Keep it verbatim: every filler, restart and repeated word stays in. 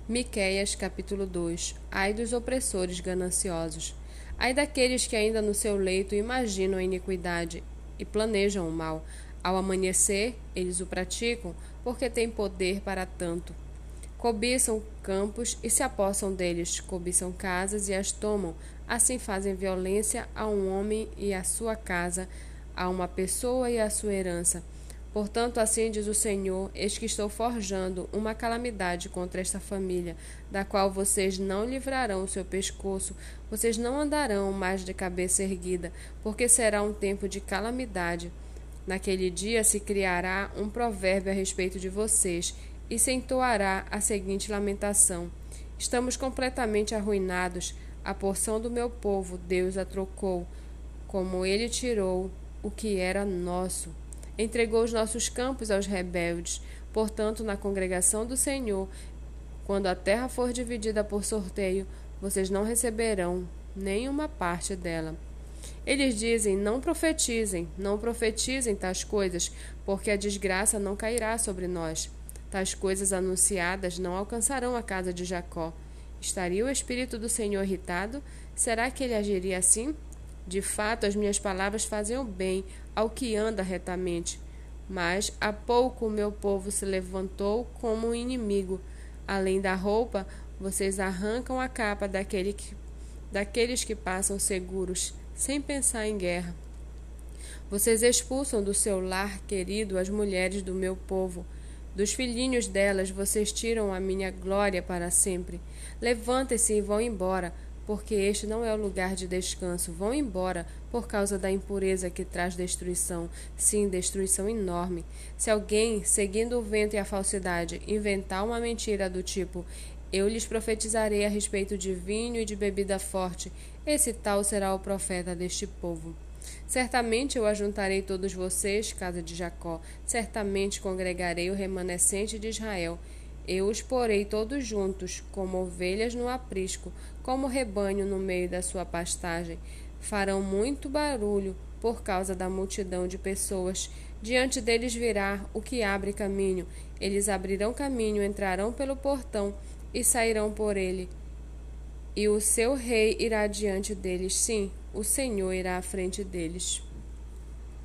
Miqueias, capítulo dois. Ai dos opressores gananciosos. Ai daqueles que ainda no seu leito imaginam a iniquidade e planejam o mal. Ao amanhecer, eles o praticam, porque têm poder para tanto. Cobiçam campos e se apossam deles, cobiçam casas e as tomam. Assim fazem violência a um homem e a sua casa, a uma pessoa e a sua herança. Portanto, assim diz o Senhor: eis que estou forjando uma calamidade contra esta família, da qual vocês não livrarão o seu pescoço, vocês não andarão mais de cabeça erguida, porque será um tempo de calamidade. Naquele dia se criará um provérbio a respeito de vocês, e se entoará a seguinte lamentação: estamos completamente arruinados, a porção do meu povo Deus a trocou, como ele tirou o que era nosso. Entregou os nossos campos aos rebeldes. Portanto, na congregação do Senhor, quando a terra for dividida por sorteio, vocês não receberão nenhuma parte dela. Eles dizem: não profetizem, não profetizem tais coisas, porque a desgraça não cairá sobre nós. Tais coisas anunciadas não alcançarão a casa de Jacó. Estaria o Espírito do Senhor irritado? Será que ele agiria assim? De fato, as minhas palavras fazem o bem ao que anda retamente. Mas há pouco o meu povo se levantou como um inimigo. Além da roupa, vocês arrancam a capa daquele que, daqueles que passam seguros, sem pensar em guerra. Vocês expulsam do seu lar querido as mulheres do meu povo. Dos filhinhos delas vocês tiram a minha glória para sempre. Levantem-se e vão embora, porque este não é o lugar de descanso. Vão embora por causa da impureza que traz destruição, sim, destruição enorme. Se alguém, seguindo o vento e a falsidade, inventar uma mentira do tipo: eu lhes profetizarei a respeito de vinho e de bebida forte, esse tal será o profeta deste povo. Certamente eu ajuntarei todos vocês, casa de Jacó, certamente congregarei o remanescente de Israel. Eu os porei todos juntos, como ovelhas no aprisco, como rebanho no meio da sua pastagem. Farão muito barulho por causa da multidão de pessoas. Diante deles virá o que abre caminho. Eles abrirão caminho, entrarão pelo portão e sairão por ele. E o seu rei irá diante deles, sim, o Senhor irá à frente deles.